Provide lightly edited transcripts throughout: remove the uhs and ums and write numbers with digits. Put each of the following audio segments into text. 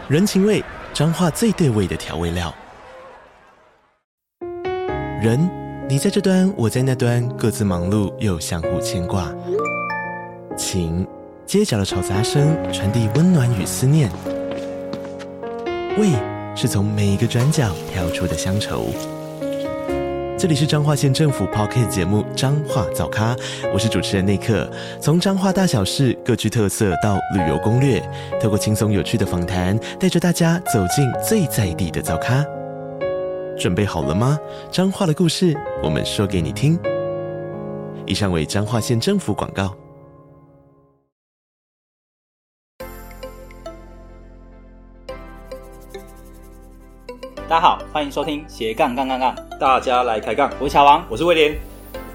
人情味，彰化最对味的调味料。人，你在这端，我在那端，各自忙碌又相互牵挂。情，街角的吵杂声传递温暖与思念。味，是从每一个转角跳出的乡愁。这里是彰化县政府 Podcast 节目《彰化早咖》，我是主持人内克。从彰化大小事各具特色到旅游攻略，透过轻松有趣的访谈，带着大家走进最在地的早咖。准备好了吗？彰化的故事，我们说给你听。以上为彰化县政府广告。 大家好，欢迎收听斜杠杠杠杠， 大家来开杠。 我是乔王， 我是威廉。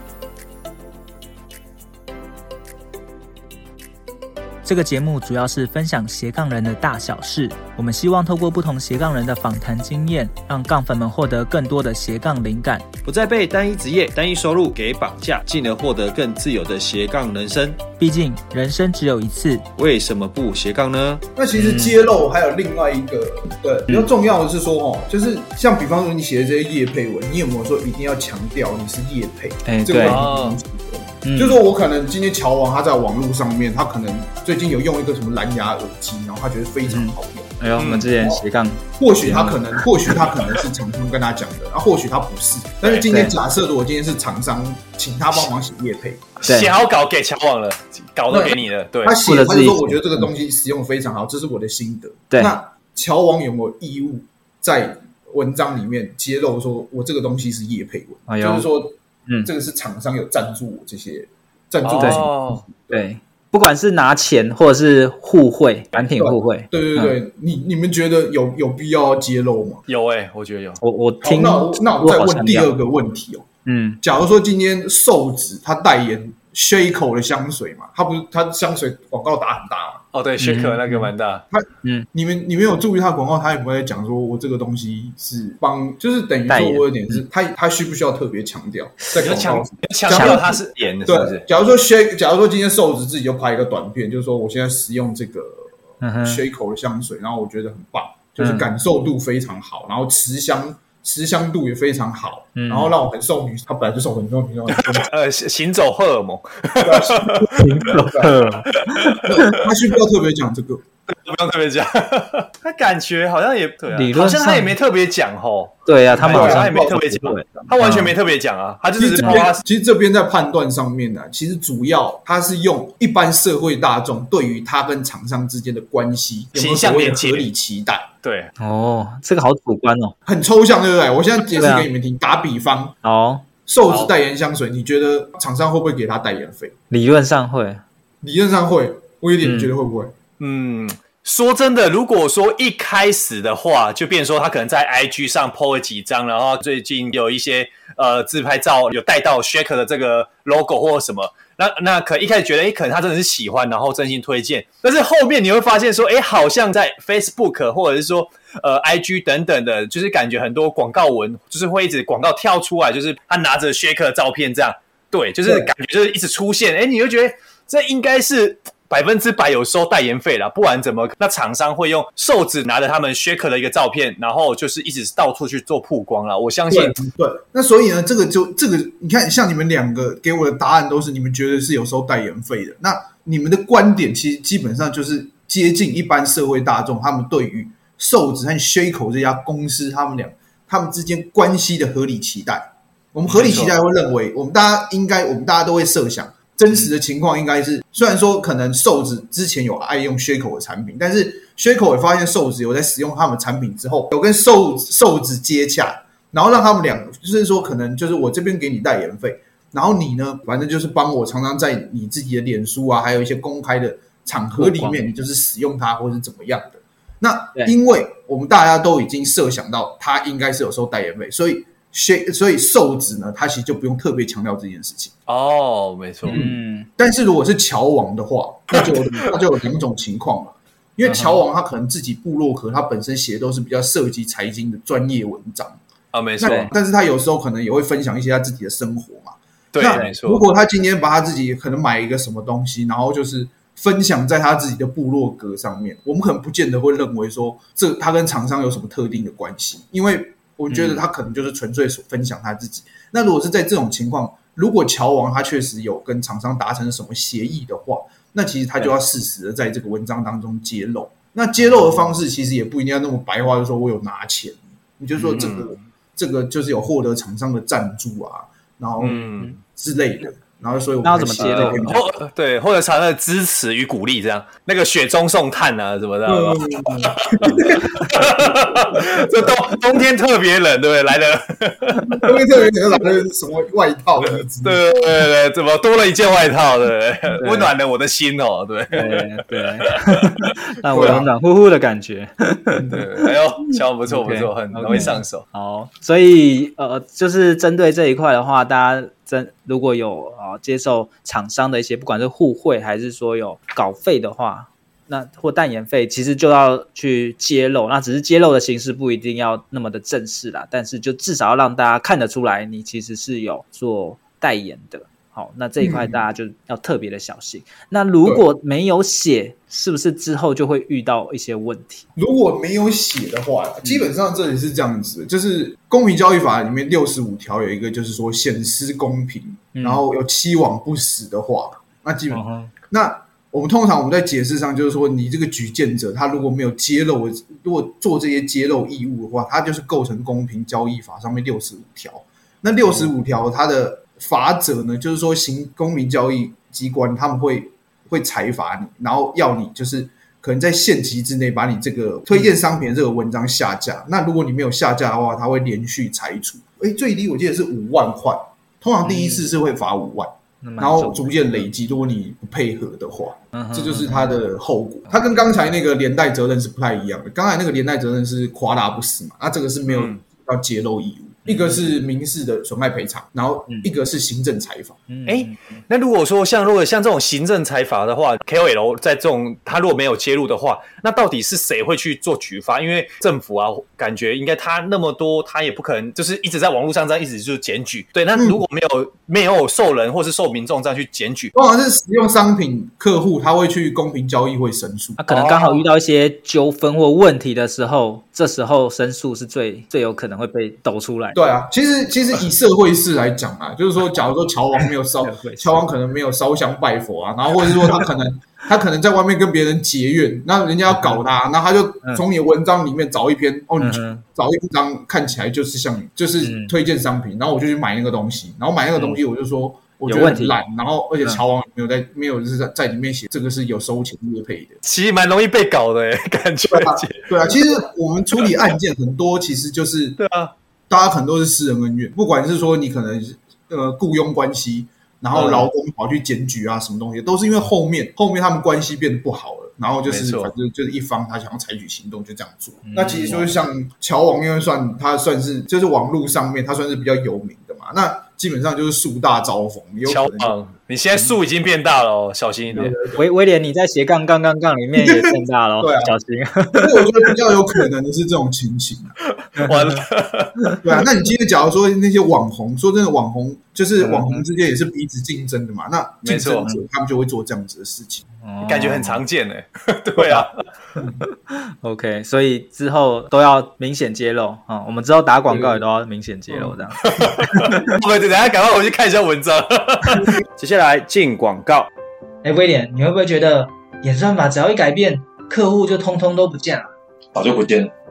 这个节目主要是分享斜杠人的大小事，我们希望透过不同斜杠人的访谈经验，让杠粉们获得更多的斜杠灵感， 不再被单一职业、单一收入给绑架，进而获得更自由的斜杠人生。 毕竟人生只有一次， 为什么不斜杠呢？ 那其实揭露还有另外一个，对，比较重要的是说就是像比方说你写的这些业配文，你有没有说一定要强调你是业配？这个问题就是说我可能今天乔王他在网络上面，他可能最近有用一个什么蓝牙耳机，然后他觉得非常好用。 哎呦，我们之前斜杠， 或许他可能是厂商跟他讲的，或许他不是。但是今天假设如果今天是厂商请他帮忙写业配， 写好稿给乔王了，稿都给你了，对， 他就说我觉得这个东西使用非常好，这是我的心得。 对， 那乔王有没有义务在文章里面揭露说我这个东西是业配文，就是说这个是厂商有赞助我这些赞助的对，不管是拿钱或者是互惠，产品互惠， 对，你们觉得有必要揭露吗？ 有我觉得有。 我听， 那我再问第二个问题假如说今天瘦子他代言 Shaco 的香水嘛，他香水广告打很大嘛。 哦，对 ，Shaco 那个蛮大。 你们有注意他的广告，他也不会讲说我这个东西是帮，就是等于说我有点是他需不需要特别强调？在广告强调他是演的，是不是？ 假如说今天瘦子自己就拍一个短片，就是说我现在使用这个 Shaco 的香水，然后我觉得很棒，就是感受度非常好，然后持香度也非常好，然后让我很受女，他本来就受很多女生行走荷尔蒙， 行走荷尔蒙， 他需不需要特别讲这个？ 不用特别讲，他感觉好像也对理论上好像他也没特别讲对啊，他们好像也没特别讲，他完全没特别讲啊，他就是其实这边在判断上面呢，其实主要他是用一般社会大众对于他跟厂商之间的关系有没有所谓的合理期待。 对这个好主观很抽象，对不对？我现在解释给你们听，打比方瘦子代言香水，你觉得厂商会不会给他代言费？ 理论上会， 我有点觉得会不会？ 说真的，如果说一开始的话，就变成说他可能在 IG 上 po 了几张，然后最近有一些自拍照有带到 Shaker 的这个 logo 或什么，那可能一开始觉得可能他真的是喜欢，然后真心推荐，但是后面你会发现说好像在 Facebook 或者是说IG 等等的，就是感觉很多广告文就是会一直广告跳出来，就是他拿着 Shaker 的照片这样，对，就是感觉就是一直出现，你就觉得这应该是100%有收代言费啦，不然怎么那厂商会用瘦子拿着他们 Shaker 的一个照片，然后就是一直到处去做曝光啦。我相信对，那所以呢，这个你看，像你们两个给我的答案都是你们觉得是有收代言费的，那你们的观点其实基本上就是接近一般社会大众他们对于瘦子和 Shaco 这家公司他们之间关系的合理期待。我们合理期待会认为，我们大家都会设想。真实的情况应该是，虽然说可能瘦子之前有爱用 Shaco 的产品，但是 Shaco 也发现瘦子有在使用他们产品之后，有跟瘦子接洽，然后让他们两个就是说，可能就是我这边给你代言费，然后你呢，反正就是帮我常常在你自己的脸书啊，还有一些公开的场合里面，你就是使用它或是怎么样的。那因为我们大家都已经设想到他应该是有收代言费，所以瘦子呢，他其实就不用特别强调这件事情。 没错。 但是如果是乔王的话，那就有两种情况了。因为乔王他可能自己部落格他本身写的都是比较涉及财经的专业文章没错。 但是他有时候可能也会分享一些他自己的生活嘛。 对，没错。 如果他今天把他自己可能买一个什么东西，然后就是分享在他自己的部落格上面，我们可能不见得会认为说他跟厂商有什么特定的关系，因为我觉得他可能就是纯粹分享他自己。那如果是在这种情况，如果乔王他确实有跟厂商达成什么协议的话，那其实他就要适时的在这个文章当中揭露。那揭露的方式其实也不一定要那么白话，就说我有拿钱，你就说这个就是有获得厂商的赞助啊，然后之类的。然后所以我们那要怎么揭露？ 对，或者厂商的支持与鼓励，这样那个雪中送炭啊什么的。这冬天特别冷，对不对？来的冬天特别冷，来的什么外套？ 对，怎么多了一件外套？对，温暖了我的心哦。对， 让我有暖乎乎的感觉。 对，哎呦，小不错，很容易上手。 好，所以就是针对这一块的话，大家如果有接受厂商的一些不管是互惠还是说有稿费的话，那或代言费，其实就要去揭露。那只是揭露的形式不一定要那么的正式啦，但是就至少要让大家看得出来你其实是有做代言的。好，那这一块大家就要特别的小心。那如果没有写，是不是之后就会遇到一些问题？ 如果没有写的话，基本上这里是这样子的，就是公平交易法里面65条有一个就是说显失公平，然后有欺罔不实的话，那基本那我们通常我们在解释上就是说，你这个举荐者他如果没有揭露，如果做这些揭露义务的话，他就是构成公平交易法上面65条。那65条它的罚则呢，就是说公平交易机关他们会裁罚你，然后要你就是可能在限期之内把你这个推荐商品的这个文章下架。那如果你没有下架的话，他会连续裁处。最低我记得是5万块，通常第一次是会罚5万，然后逐渐累积。如果你不配合的话，这就是它的后果。它跟刚才那个连带责任是不太一样的。刚才那个连带责任是夸大不实嘛，那这个是没有要揭露义务。一个是民事的损害赔偿，然后一个是行政裁罚。 那如果说像这种行政裁罚的话 ，KOL 在这种他如果没有揭露的话，那到底是谁会去做举发？因为政府啊，感觉应该他那么多，他也不可能就是一直在网络上这样一直就检举。对，那如果没有受人或是受民众这样去检举， 通常是使用商品客户他会去公平交易会申诉。 可能刚好遇到一些纠纷或问题的时候，这时候申诉是最有可能会被抖出来。 对啊，其实以社会事来讲啊，就是说，假如说乔王没有乔王可能没有烧香拜佛啊，然后或者是说他可能在外面跟别人结怨，那人家要搞他，然后他就从你的文章里面找一篇你找一章看起来就是推荐商品，然后我就去买那个东西，然后买那个东西我就说我觉得很烂，然后而且乔王没有就是在里面写这个是有收钱业配的， 其实蛮容易被搞的感觉。 对啊，其实我们处理案件很多其实就是对啊。 大家可能都是私人恩怨，不管是说你可能雇佣关系，然后劳工跑去检举啊，什么东西，都是因为后面他们关系变得不好了，然后就是反正就是一方他想要采取行动就这样做。那其实就是像乔王，因为他算是就是网络上面他算是比较有名的嘛，那基本上就是树大招风。 乔王，你现在树已经变大了哦，小心一点。 威廉，你在斜杠杠杠杠里面也变大了， 对啊， 小心。 所以我觉得比较有可能的是这种情形。 完了， 对啊，那你今天假如说那些网红，说真的，网红就是网红之间也是彼此竞争的嘛，那竞争者他们就会做这样子的事情， 感觉很常见对啊。 OK， 所以之后都要明显揭露啊，我们之后打广告也都要明显揭露这样。 我们等一下赶快回去看一下文章。接下来进广告。 威廉，你会不会觉得演算法只要一改变，客户就通通都不见了？ 早就不见了。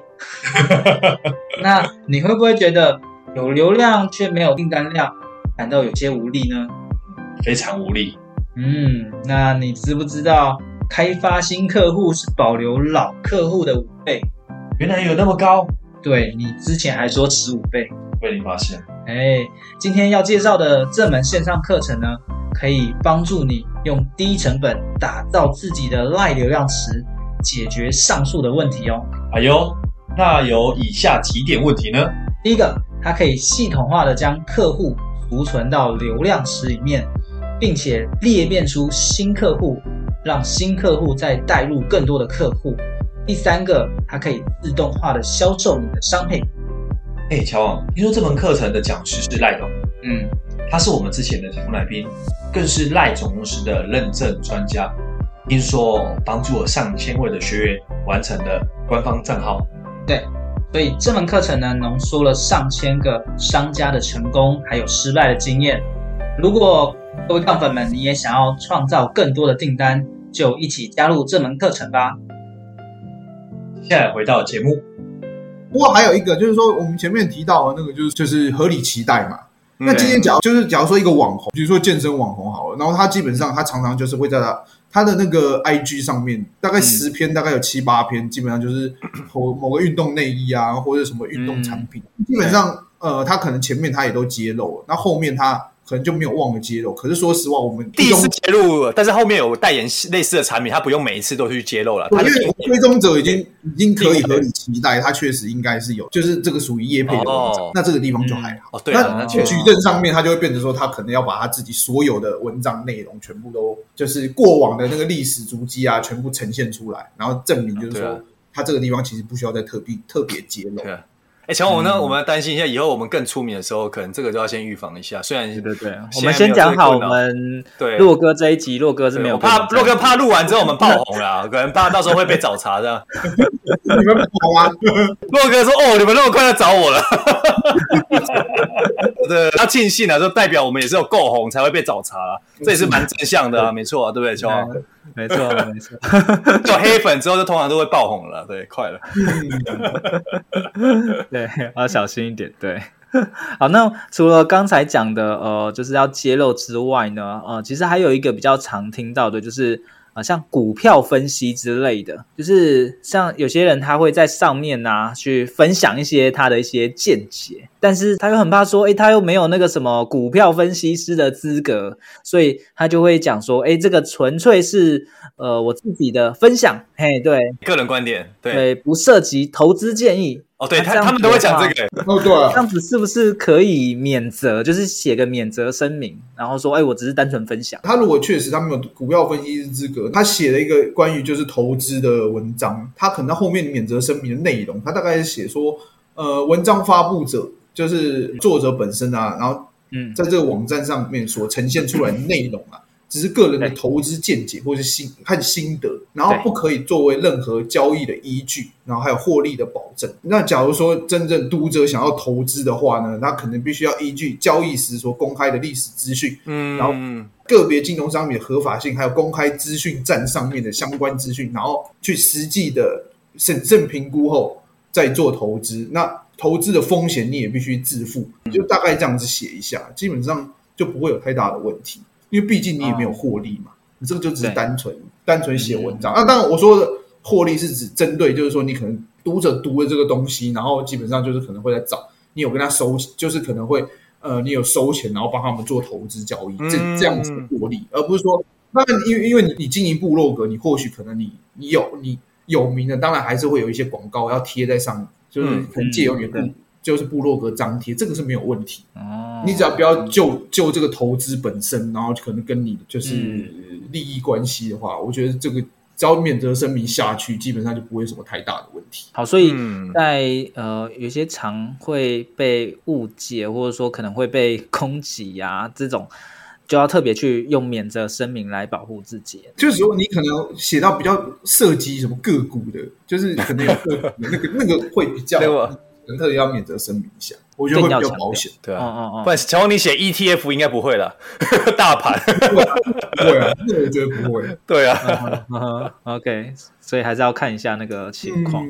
那你会不会觉得有流量却没有订单量，感到有些无力呢？ 非常无力。 那你知不知道开发新客户是保留老客户的5倍？ 原来有那么高？ 对，你之前还说15倍， 被你发现。 今天要介绍的这门线上课程呢，可以帮助你用低成本打造自己的 LINE 流量池，解决上述的问题哦。 那有以下几点问题呢？ 第一个，它可以系统化的将客户储存到流量池里面，并且裂变出新客户，让新客户再带入更多的客户。第三个，它可以自动化的销售你的商品。 乔王，听说这门课程的讲师是赖董，他是我们之前的节目来宾，更是赖总公司的认证专家。 听说帮助了上千位的学员完成了官方账号。 对，所以这门课程呢，浓缩了上千个商家的成功还有失败的经验。如果各位杠粉们，你也想要创造更多的订单，就一起加入这门课程吧。 接下来回到节目， 不过还有一个就是说，我们前面提到的那个就是合理期待嘛。那今天假如说一个网红，比如说健身网红好了，然后他基本上他常常就是会在他的那个 IG 上面，大概10篇，大概有7、8篇，基本上就是某个运动内衣啊，或者什么运动产品，基本上他可能前面他也都揭露了，那后面他可能就没有忘了揭露。可是说实话，我们第一次揭露，但是后面有代言类似的产品，他不用每一次都去揭露了。 因为追踪者已经可以合理期待，他确实应该是有，就是这个属于业配的文章，那这个地方就还好。 对， 那矩阵上面他就会变成说，他可能要把他自己所有的文章内容全部都就是过往的那个历史足迹啊，全部呈现出来，然后证明就是说，他这个地方其实不需要再特别揭露。 乔王呢？我们担心一下，以后我们更出名的时候，可能这个就要先预防一下。虽然对，我们先讲好，我们洛哥这一集，洛哥是没有洛哥怕录完之后我们爆红了，可能怕到时候会被找茬这样。 你们跑啊？ 洛哥说：“哦，你们那么快要找我了。”对，要庆幸啊，就代表我们也是有够红才会被找茬啊，这也是蛮正向的啊，没错啊，对不对，乔王？ 没错。 有黑粉之后，就通常都会爆红了，对，快了。 对，要小心一点。对，好，那除了刚才讲的就是要揭露之外呢，其实还有一个比较常听到的，就是像股票分析之类的，就是像有些人他会在上面去分享一些他的一些见解，但是他又很怕说，他又没有那个什么股票分析师的资格，所以他就会讲说，这个纯粹是我自己的分享，对， 个人观点， 对，不涉及投资建议。 对，他们都会讲这个。 对， 这样子是不是可以免责？就是写个免责声明，然后说，我只是单纯分享。 他如果确实他没有股票分析师资格，他写了一个关于就是投资的文章，他可能后面免责声明的内容，他大概是写说，文章发布者就是作者本身啊，然后在这个网站上面所呈现出来的内容啊，只是个人的投资见解或是心得，然后不可以作为任何交易的依据，然后还有获利的保证。那假如说真正读者想要投资的话呢，他可能必须要依据交易时所公开的历史资讯，然后个别金融商品的合法性，还有公开资讯站上面的相关资讯，然后去实际的审慎评估后再做投资。那投资的风险你也必须自负，就大概这样子写一下，基本上就不会有太大的问题。因为毕竟你也没有获利嘛，你这个就只是单纯写文章。那当然我说的获利是指针对，就是说你可能读者读了这个东西，然后基本上就是可能会在找你有跟他收，就是可能会你有收钱，然后帮他们做投资交易，这样子的获利，而不是说，那因为你经营部落格，你或许可能你有名的，当然还是会有一些广告要贴在上面，就是可能借由你的就是部落格张贴，这个是没有问题。你只要不要就这个投资本身，然后可能跟你就是利益关系的话，我觉得这个只要免责声明下去，基本上就不会有什么太大的问题。 好，所以在有些常会被误解，或者说可能会被攻击这种，就要特别去用免责声明来保护自己。 就是说你可能写到比较涉及什么个股的，就是可能有个股的那个会比较可能特别要免责声明一下，我觉得会比较保险。 对啊，不然乔王你写 ETF 应该不会了，大盘对啊，那我觉得不会。 对啊 ，OK， 所以还是要看一下那个情况。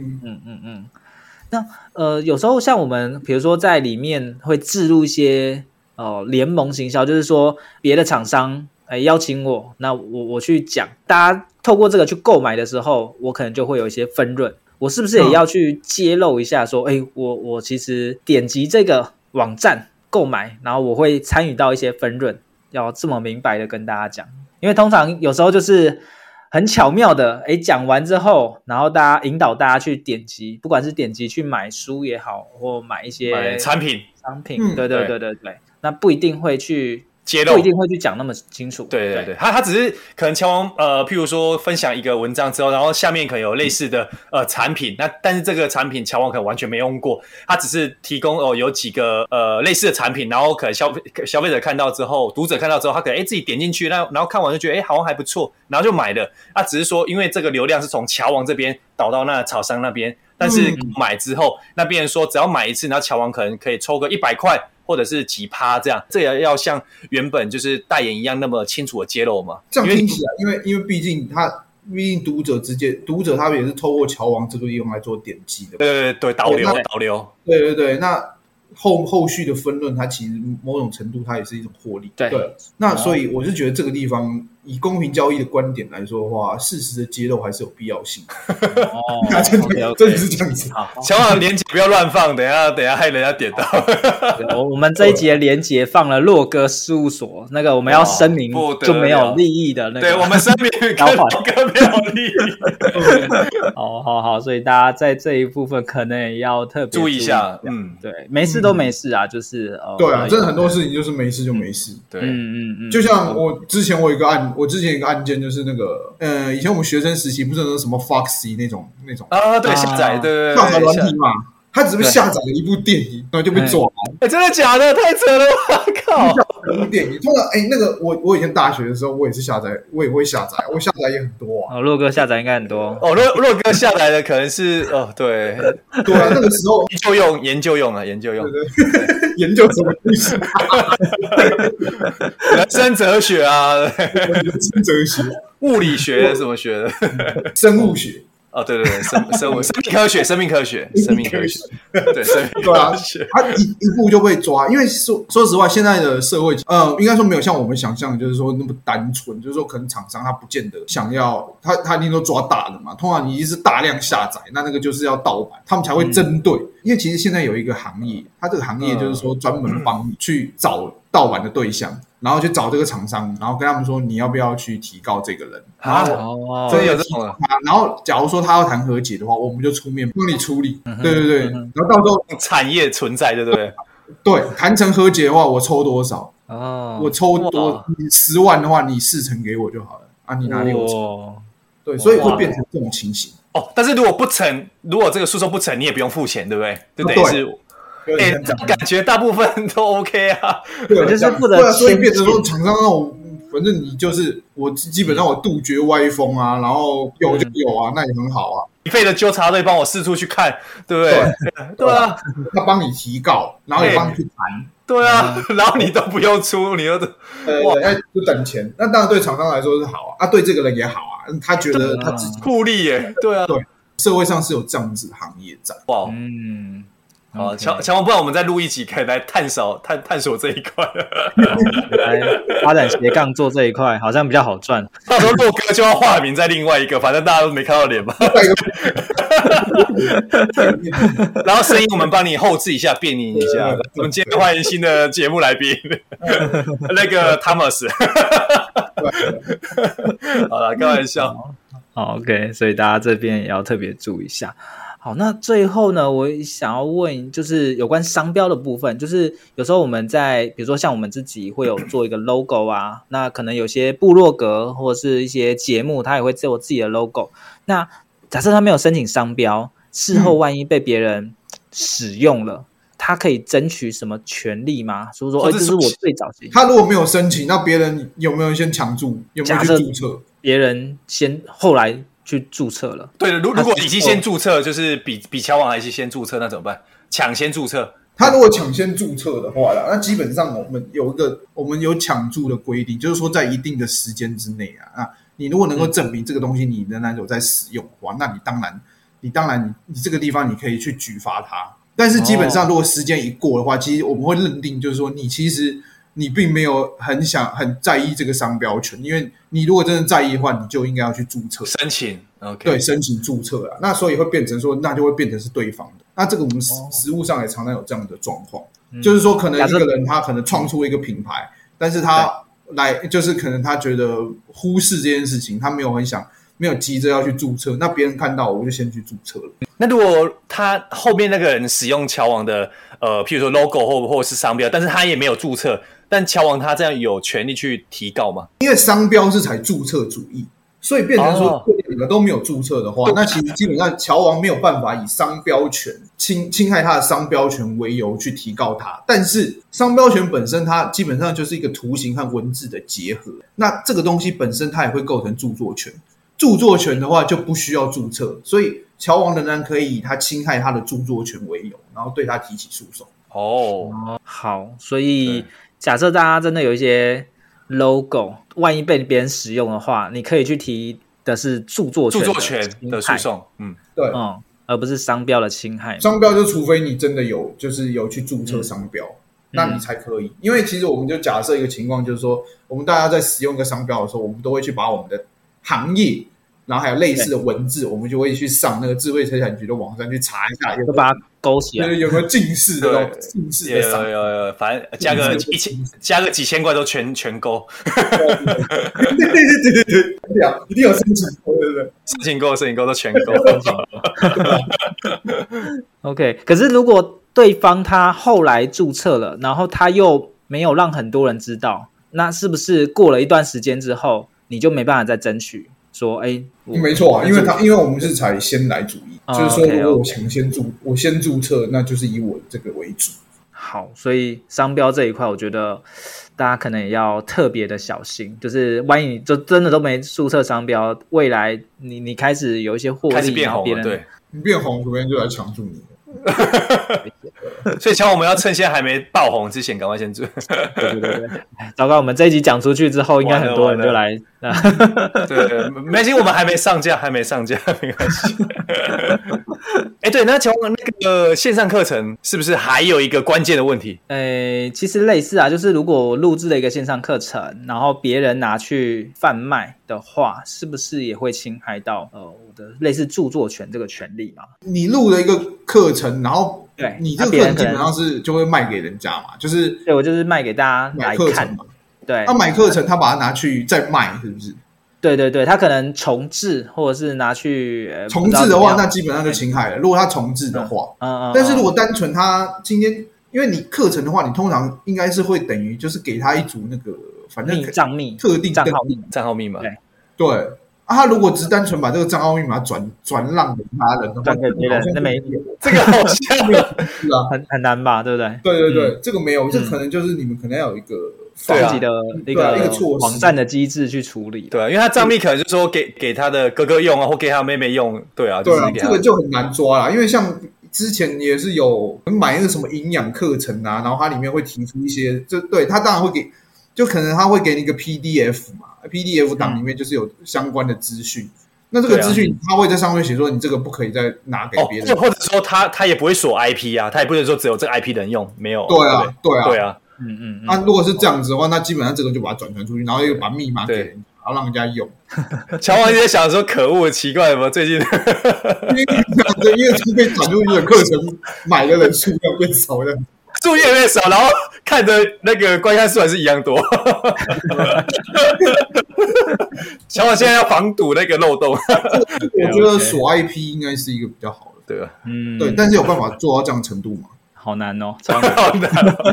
那有时候像我们比如说在里面会置入一些联盟行销，就是说别的厂商邀请我，那我去讲，大家透过这个去购买的时候，我可能就会有一些分润。我是不是也要去揭露一下说我其实点击这个网站购买，然后我会参与到一些分润，要这么明白的跟大家讲。因为通常有时候就是很巧妙的讲完之后，然后大家引导大家去点击，不管是点击去买书也好，或买一些产品对，那不一定会去揭露， 不一定会去讲那么清楚。 对，他只是可能乔王譬如说分享一个文章之后，然后下面可能有类似的产品，那但是这个产品乔王可能完全没用过，他只是提供有几个类似的产品，然后可能消费者看到之后，读者看到之后，他可能自己点进去，然后看完就觉得好像还不错，然后就买了。只是说因为这个流量是从乔王这边导到那厂商那边，但是买之后，那别人说只要买一次，然后乔王可能可以抽个100块。或者是几%这样，这也要像原本就是代言一样那么清楚的揭露吗？ 这样听起来，因为毕竟读者他也是透过乔王这个地方来做点击的， 对，导流， 对，那后续的分论，它其实某种程度它也是一种获利，对。那所以我是觉得这个地方以公平交易的观点来说的话，适时的揭露还是有必要性。真的是这样子。 乔王连结不要乱放，等一下害人家点到。 我们这一集的连结放了洛哥事务所，那个我们要声明就没有利益的那个。 对，我们声明跟洛哥没有利益。 好，所以大家在这一部分可能也要特别注意一下。 对，没事都没事啊，就是对啊，真的很多事情就是没事就没事。 对， 就像我之前有一个案件，就是那个以前我们学生时期不是有什么 Foxy 那种啊，对，下载对下载软体嘛，他只是下载了一部电影，然后就被抓了。 真的假的？太扯了！我靠！ 一部电影，通常那个我以前大学的时候，我也是下载，我也会下载，我下载也很多啊。 洛哥下载应该很多洛哥下载的可能是对啊，那个时候研究用啊，研究用。 研究什么意思？ 人生哲学啊， 人生哲学、 物理学什么学的， 生物学。 对，生命科学，对，生命科学，对啊， 他一步就被抓，因为说实话，现在的社会，应该说没有像我们想象，就是说那么单纯，就是说可能厂商他不见得想要，他一定都抓大的嘛，通常你一定是大量下载，那个就是要盗版，他们才会针对，因为其实现在有一个行业，它这个行业就是说专门帮你去找盗版的对象。然后去找这个厂商，然后跟他们说你要不要去提告这个人，然后真有这种了。 然后假如说他要谈和解的话，我们就出面帮你处理。对，然后到时候产业存在，对不对？ 对，谈成和解的话，我抽多少？我抽多你10万的话，你40%给我就好了啊，你拿60%。对，所以会变成这种情形。 但是如果这个诉讼不成，你也不用付钱，对不对？就等于是。感觉大部分都 OK 啊， 对， 就是不能， 所以变成说厂商那种，反正你就是我基本上我杜绝歪风啊，然后有就有啊，那也很好啊。 免费的纠察队帮我四处去看，对不对？对啊， 他帮你提告，然后也帮你去谈， 对啊，然后你都不用出，你又就等钱。那当然对厂商来说是好啊，对这个人也好啊，他觉得他自己互利耶，对啊， 对，社会上是有这样子的行业在。 哇，好，乔王，不然我们再录一集，可以来探索这一块， 来发展斜杠做这一块，好像比较好赚。 到时候洛哥就要化名在另外一个，反正大家都没看到脸嘛。然后声音我们帮你后置一下，变音一下。我们今天欢迎新的节目来宾，那个 Thomas。好了，开玩笑。 好 ，OK， 所以大家这边也要特别注意一下。好，那最后呢，我想要问，就是有关商标的部分，就是有时候我们在，比如说像我们自己会有做一个 logo 啊，那可能有些部落格或者是一些节目，它也会做自己的 logo。那假设他没有申请商标，事后万一被别人使用了，他可以争取什么权利吗？所以说，这是我最早期。 他如果没有申请，那别人有没有先抢注？有没有去注册？ 别人先后来去注册了。 对的，如果已经先注册，就是比乔王还是先注册，那怎么办？抢先注册。 他如果抢先注册的话啦，那基本上我们有抢注的规定，就是说在一定的时间之内啊，那你如果能够证明这个东西你仍然有在使用的话，那你当然你这个地方你可以去举发它。但是基本上如果时间一过的话，其实我们会认定就是说你并没有很在意这个商标权，因为你如果真的在意的话，你就应该要去注册申请 ，OK， 对，申请注册啦。那所以会变成说，那就会变成是对方的。那这个我们实务上也常常有这样的状况，就是说可能一个人他可能创出一个品牌，但是他就是可能他觉得忽视这件事情，他没有急着要去注册，那别人看到我就先去注册了。 那如果他后面那个人使用乔王的譬如说 logo 或是商标，但是他也没有注册。 但乔王他这样有权利去提告吗？ 因为商标是采注册主义，所以变成说两个都没有注册的话，那其实基本上乔王没有办法以商标权侵害他的商标权为由去提告他。但是商标权本身它基本上就是一个图形和文字的结合，那这个东西本身它也会构成著作权。著作权的话就不需要注册，所以乔王仍然可以以他侵害他的著作权为由，然后对他提起诉讼。 好，所以假设大家真的有一些 logo， 万一被别人使用的话，你可以去提的是著作权的诉讼， 对， 而不是商标的侵害。 商标就除非你真的有去注册商标，那你才可以。因为其实我们就假设一个情况，就是说我们大家在使用一个商标的时候，我们都会去把我们的行业，然后还有类似的文字，我们就会去上那个智慧财产局的网站去查一下， 就把它勾起来， 有没有近似的那种近似的商标？ 有，反正加个几千块都全勾。 对，一定有申请过，对不对？ 申请过都全勾。 OK， 可是如果对方他后来注册了，然后他又没有让很多人知道，那是不是过了一段时间之后，你就没办法再争取说， 没错啊，因为我们是采先来主义，就是说如果我先注册，那就是以我这个为主。 好，所以商标这一块，我觉得大家可能也要特别的小心，就是万一你就真的都没注册商标，未来你开始有一些获利， 开始变红了， 对，你变红，别人就来抢注你。 所以乔我们要趁现在还没爆红之前赶快先做。 对，糟糕，我们这一集讲出去之后，应该很多人就来。 对，没关系，我们还没上架，没关系。对，那乔那个线上课程是不是还有一个关键的问题？ 其实类似啊，就是如果我录制了一个线上课程，然后别人拿去贩卖的话，是不是也会侵害到我的类似著作权这个权利嘛？ 你录了一个课程，然后对你这个课程基本上是就会卖给人家嘛，就是对我就是卖给大家来看嘛。 对， 他买课程，他把它拿去再卖，是不是？ 对，他可能重制，或者是拿去重制的话，那基本上就侵害了。如果他重制的话，但是如果单纯他今天，因为你课程的话，你通常应该是会等于就是给他一组那个反正账密特定账号密码， 对。他如果只单纯把这个账号密码转让给他人的话， 转给别人，那没这个好像没有是啊， 很难吧，对不对？ 对，这个没有，这可能就是你们可能要有一个自己的一个网站的机制去处理。 对啊，因为他账密可能就是说给他的哥哥用啊，或给他妹妹用，对啊， 对啊，这个就很难抓啦。因为像之前也是有买那个什么营养课程啊，然后它里面会提出一些，对他当然会给，就可能他会给你一个 PDF 嘛。PDF 档里面就是有相关的资讯，那这个资讯他会在上面写说你这个不可以再拿给别人， 或者说他也不会锁 IP 啊，他也不能说只有这个 IP 的人用，没有。 对啊，那如果是这样子的话，那基本上这个就把它转传出去，然后又把密码给人，然后让人家用。 乔王一直在想说，可恶，奇怪，怎么最近因为被转出去的课程买的人数量变少了。 数越来越少，然后看的那个观看数还是一样多。乔王现在要防堵那个漏洞。 我觉得锁 IP 应该是一个比较好的， 对吧？ 对，但是有办法做到这样程度吗？ 好难哦，超难。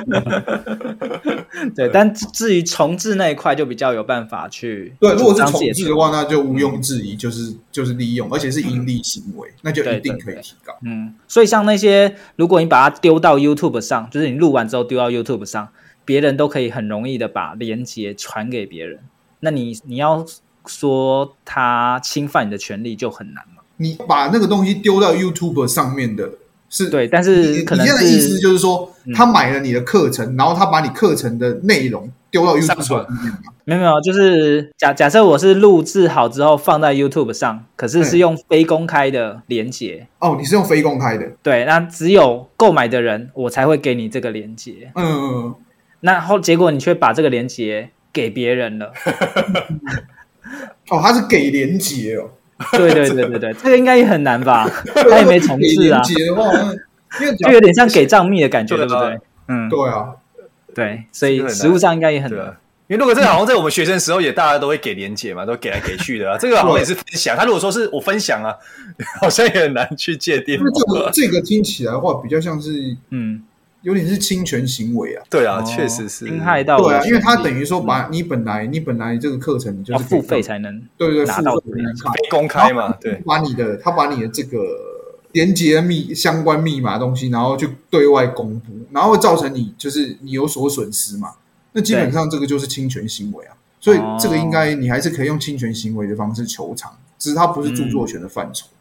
对，但至于重置那一块就比较有办法去。 对，如果是重置的话，那就毋庸置疑，就是利用，而且是盈利行为，那就一定可以提高。 所以像那些，如果你把它丢到 YouTube 上，就是你录完之后丢到 YouTube 上，别人都可以很容易的把连结传给别人。那你要说他侵犯你的权利就很难嘛？ 你把那个东西丢到 YouTube 上面的。是对，但是可能你现在的意思就是说，他买了你的课程，然后他把你课程的内容丢到 YouTube 上面吗？ 没有，就是假设我是录制好之后放在 YouTube 上，可是用非公开的连结。 哦，你是用非公开的？ 对，那只有购买的人，我才会给你这个连结。那结果你却把这个连结给别人了。 他是给连结哦。 对，这个应该也很难吧？他也没重置啊，就有点像给账密的感觉，对不对？ 对啊， 对，所以实务上应该也很难。 因为如果这个好像在我们学生时候也大家都会给连结嘛，都给来给去的啊。这个好像也是分享，他如果说是我分享啊，好像也很难去界定。 这个听起来的话，比较像是有点是侵权行为啊。 对啊，确实是侵害到我对啊， 的权利， 因为他等于说把你本来这个课程你就是要付费才能对拿到付费才能看， 非公开嘛，对， 他把你的这个连接相关密码的东西，然后就对外公布，然后会造成你就是你有所损失嘛。那基本上这个就是侵权行为啊，所以这个应该你还是可以用侵权行为的方式求偿，只是它不是著作权的范畴。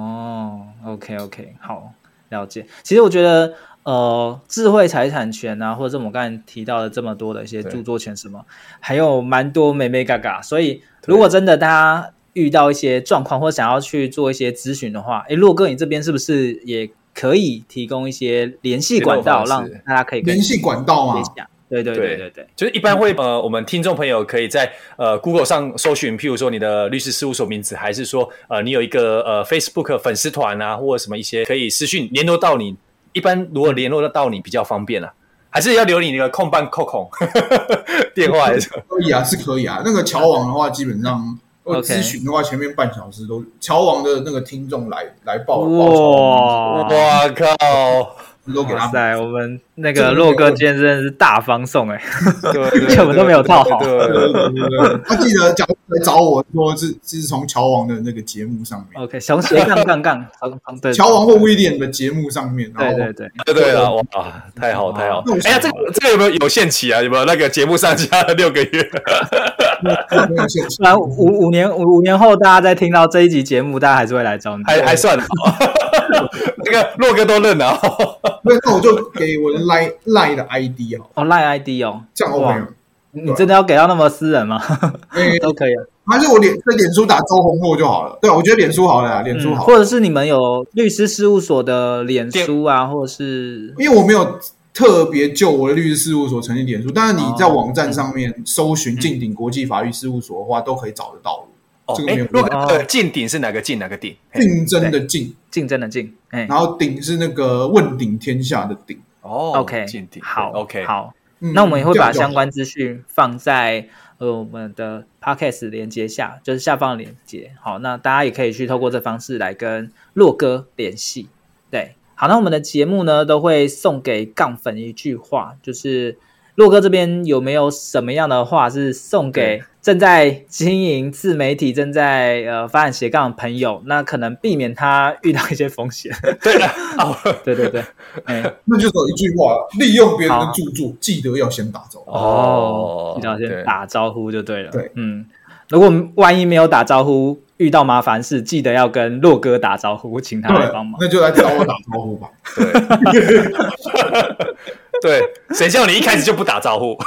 OK， 好，了解。其实我觉得智慧财产权啊，或者我们刚才提到的这么多的一些著作权什么，还有蛮多眉眉角角，所以如果真的大家遇到一些状况，或想要去做一些咨询的话，洛哥你这边是不是也可以提供一些联系管道，让大家可以联系管道吗？ 对， 就是一般会我们听众朋友可以在Google 上搜寻，譬如说你的律师事务所名字，还是说你有一个Facebook 粉丝团啊，或者什么一些可以私讯联络到你。一般如果联络得到你比较方便啊，还是要留你那个空办扣孔电话还是？ 可以啊，是可以啊。那个乔网的话，基本上咨询的话，前面半小时都乔网的那个听众来报。 哇靠！ 都给他们。我们那个洛哥今天真的是大方送对， 我们都没有套好。 对，他记得来找我说是从乔王的那个节目上面。 OK， 从斜杠对， 乔王或威廉的节目上面。 对啊，哇，太好！哎呀，这个有没有限期啊？有没有那个节目上架了6个月？ 不然五年后大家再听到这一集节目，大家还是会来找你， 还算好。那个洛哥都认了。 那我就给我的 Line 的 ID Line ID 这样 OK 吗？ 你真的要给到那么私人吗？都可以啊。 还是我在脸书打周鸿祎就好了。对，我觉得脸书好了啦，脸书好。 或者是你们有律师事务所的脸书啊，或者是因为我没有特别就我的律师事务所成立脸书，但是你在网站上面搜寻敬鼎国际法律事务所的话，都可以找得到。这个没有。 洛哥敬鼎是哪个敬？哪个鼎？ 竞争的竞， 竞争的竞。 然后鼎是那个问鼎天下的鼎。 OK， 敬鼎。 好 ，OK， 好。那我们也会把相关资讯放在我们的 Podcast 连结下，就是下方的连结。好，那大家也可以去透过这方式来跟洛哥联系。对，好，那我们的节目呢都会送给杠粉一句话，就是洛哥这边有没有什么样的话是送给正在经营自媒体、正在发展斜杠的朋友？那可能避免他遇到一些风险。 对对， 那就是有一句话：利用别人的著作，记得要先打招呼。 记得要先打招呼就对了。 对， 如果万一没有打招呼，遇到麻烦事，记得要跟洛哥打招呼，请他来帮忙。 那就来找我打招呼吧。 对，谁叫你一开始就不打招呼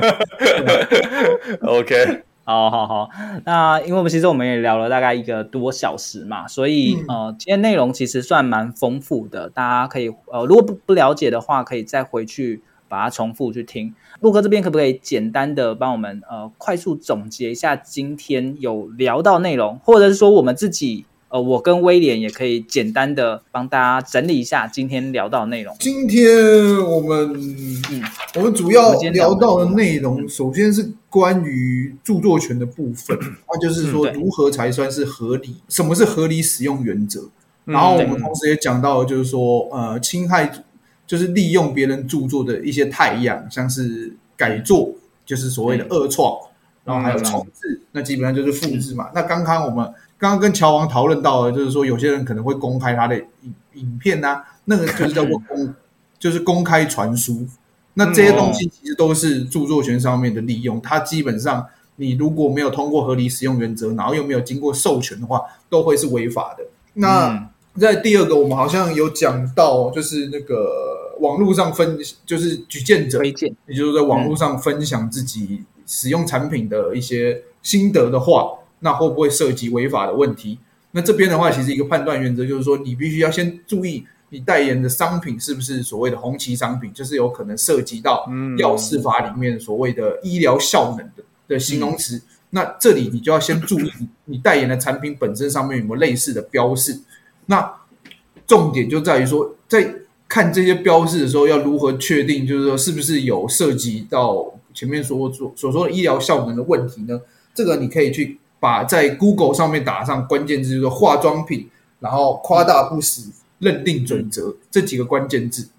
？OK， 好，那因为我们也聊了大概1个多小时嘛，所以今天内容其实算蛮丰富的，大家可以如果不了解的话，可以再回去把它重复去听。洛哥这边可不可以简单的帮我们快速总结一下今天有聊到内容，或者是说我们自己我跟威廉也可以简单的帮大家整理一下今天聊到的内容。 今天我们主要聊到的内容，首先是关于著作权的部分，那就是说如何才算是合理，什么是合理使用原则。然后我们同时也讲到，就是说侵害就是利用别人著作的一些态样，像是改作，就是所谓的恶创，然后还有重制，那基本上就是复制嘛。那刚刚跟乔王讨论到的，就是说有些人可能会公开他的影片啊，那个就是叫做就是公开传输。那这些东西其实都是著作权上面的利用，它基本上你如果没有通过合理使用原则，然后又没有经过授权的话，都会是违法的。那在第二个，我们好像有讲到，就是那个网络上就是举荐者，也就是在网络上分享自己使用产品的一些心得的话，那会不会涉及违法的问题？那这边的话，其实一个判断原则就是说，你必须要先注意你代言的商品是不是所谓的红旗商品，就是有可能涉及到药事法里面所谓的医疗效能的形容词。那这里你就要先注意你代言的产品本身上面有没有类似的标示。那重点就在于说，在看这些标示的时候，要如何确定，就是说是不是有涉及到前面所说的医疗效能的问题呢？这个你可以去把在 Google 上面打上关键字，就是说化妆品，然后夸大不实、认定准则这几个关键字。那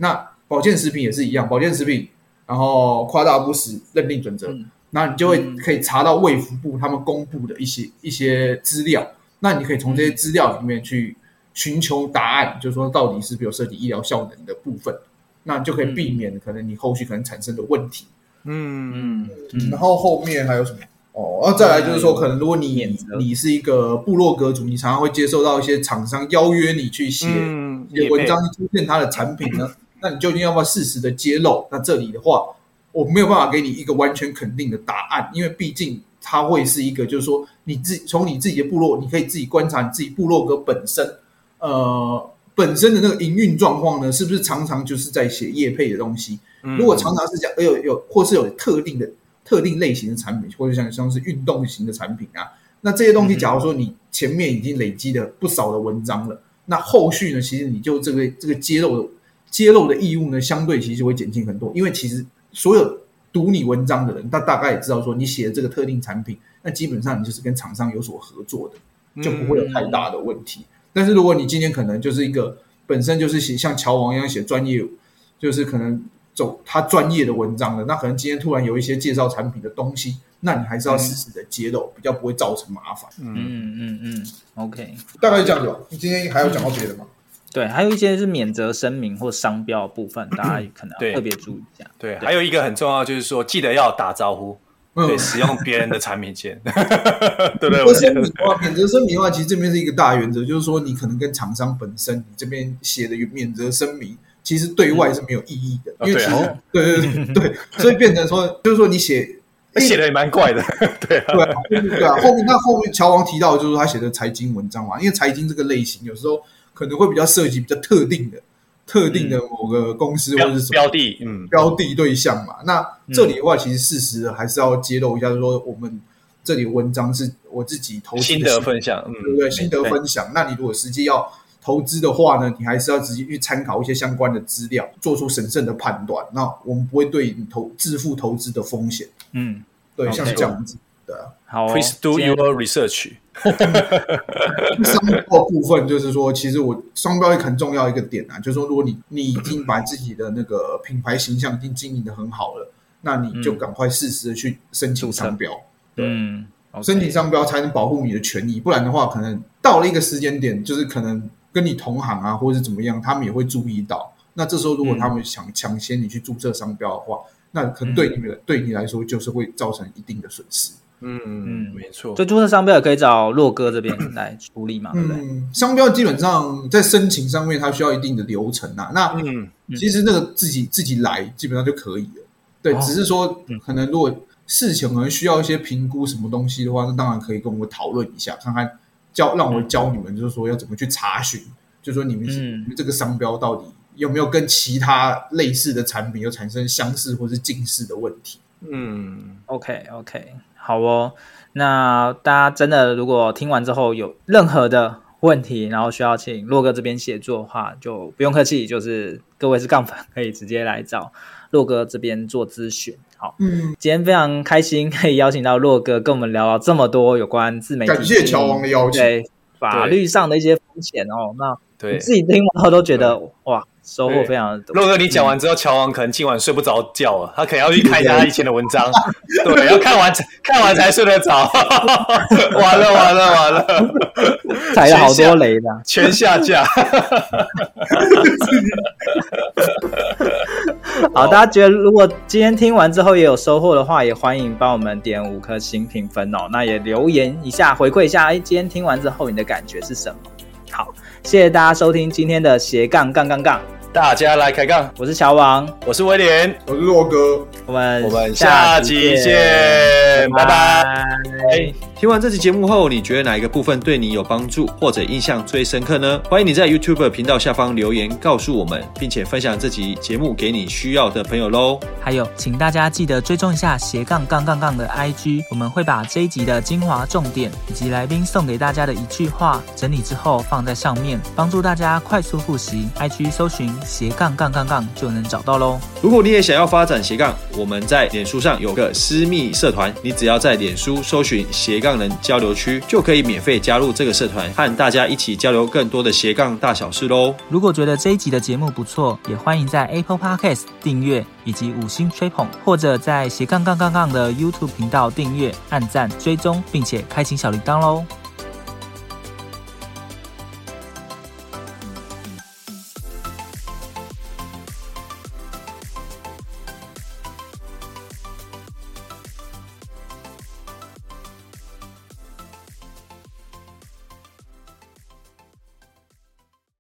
保健食品也是一样，保健食品然后夸大不实认定准则，那你就会可以查到卫福部他们公布的一些资料，那你可以从这些资料里面去寻求答案，就是说到底是不是有涉及医疗效能的部分，那就可以避免可能你后续可能产生的问题。然后后面还有什么？再来就是说，可能如果你是一个部落格主，你常常会接受到一些厂商邀约你去写文章，去推荐他的产品呢，那你究竟要不要适时的揭露？那这里的话，我没有办法给你一个完全肯定的答案，因为毕竟它会是一个，就是说从你自己的部落，你可以自己观察你自己部落格本身的那个营运状况呢，是不是常常就是在写业配的东西？如果常常是这样，或是有特定类型的产品，或者像是运动型的产品啊，那这些东西，假如说你前面已经累积了不少的文章了，那后续呢，其实你就这个揭露的义务呢，相对其实会减轻很多，因为其实所有读你文章的人，他大概也知道说你写的这个特定产品，那基本上你就是跟厂商有所合作的，就不会有太大的问题。但是如果你今天可能就是一个本身就是写像乔王一样写专业，就是可能走他专业的文章的，那可能今天突然有一些介绍产品的东西，那你还是要适时的揭露，比较不会造成麻烦。 OK， 大概是这样子吧。你今天还有讲到别的吗？ 对，还有一些是免责声明或商标的部分，大家可能要特别注意一下。 对，还有一个很重要就是说，记得要打招呼。对，使用别人的产品线，对不对？ 免责声明的话，其实这边是一个大原则，就是说你可能跟厂商本身，你这边写的免责声明，其实对外是没有意义的，因为其实对，所以变成说，就是说你写的也蛮怪的，对啊，后面乔王提到就是说他写的财经文章嘛，因为财经这个类型有时候可能会比较涉及比较特定的某个公司或者是什么标的对象嘛，那这里的话其实事实的还是要揭露一下，就是说我们这里的文章是我自己投资的心得分享， 对不对？心得分享，那你如果实际要投资的话呢，你还是要直接去参考一些相关的资料，做出审慎的判断。那我们不会对你自负投资的风险，对，像这样子，对啊。 好 ，Please do your research。 商标部分就是说，其实商标也很重要一个点啊，就是说，如果你已经把自己的那个品牌形象已经经营的很好了，那你就赶快适时的去申请商标，申请商标才能保护你的权益，不然的话，可能到了一个时间点，就是可能跟你同行啊，或者是怎么样，他们也会注意到。那这时候，如果他们想抢先你去注册商标的话，那可能对你来说就是会造成一定的损失。 没错。 所以注册商标也可以找洛哥这边来处理嘛，对不对？ 商标基本上在申请上面它需要一定的流程啊。那其实那个自己来基本上就可以了。对，只是说可能如果事情可能需要一些评估什么东西的话，那当然可以跟我们讨论一下，看看让我教你们，就是说要怎么去查询，就是说你们这个商标到底有没有跟其他类似的产品有产生相似或是近似的问题。 OK， 好哦。那大家真的如果听完之后有任何的问题，然后需要请洛哥这边协助的话，就不用客气，就是各位是杠粉可以直接来找洛哥这边做咨询。好，今天非常开心可以邀请到洛哥跟我们聊到这么多有关自媒体， 感谢乔王的邀请， 对法律上的一些风险哦。那我自己听完后都觉得哇，收获非常的多。 洛哥，你讲完之后，乔王可能今晚睡不着觉了，他可能要去看一下他以前的文章，对，要看完才睡得着。完了， 踩了好多雷的， 全下架。 好，大家觉得如果今天听完之后也有收获的话，也欢迎帮我们点5颗星评分哦。那也留言一下，回馈一下，今天听完之后你的感觉是什么？好，谢谢大家收听今天的斜杠杠杠杠， 大家来开杠。 我是乔王， 我是威廉， 我是洛哥， 我们下集见，拜拜。 听完这期节目后，你觉得哪一个部分对你有帮助或者印象最深刻呢？欢迎你在 YouTube 频道下方留言告诉我们，并且分享这集节目给你需要的朋友咯。 还有，请大家记得追踪一下斜杠杠杠杠的 IG， 我们会把这一集的精华重点以及来宾送给大家的一句话整理之后放在上面，帮助大家快速复习。IG 搜寻斜杠杠杠杠就能找到咯。 如果你也想要发展斜杠，我们在脸书上有个私密社团，你只要在脸书搜寻斜杠杠人交流区，就可以免费加入这个社团，和大家一起交流更多的斜杠大小事咯。 如果觉得这一集的节目不错，也欢迎在 Apple Podcast 订阅以及5星吹捧，或者在斜杠杠杠杠的 YouTube 频道订阅、按赞、追踪，并且开启小铃铛咯。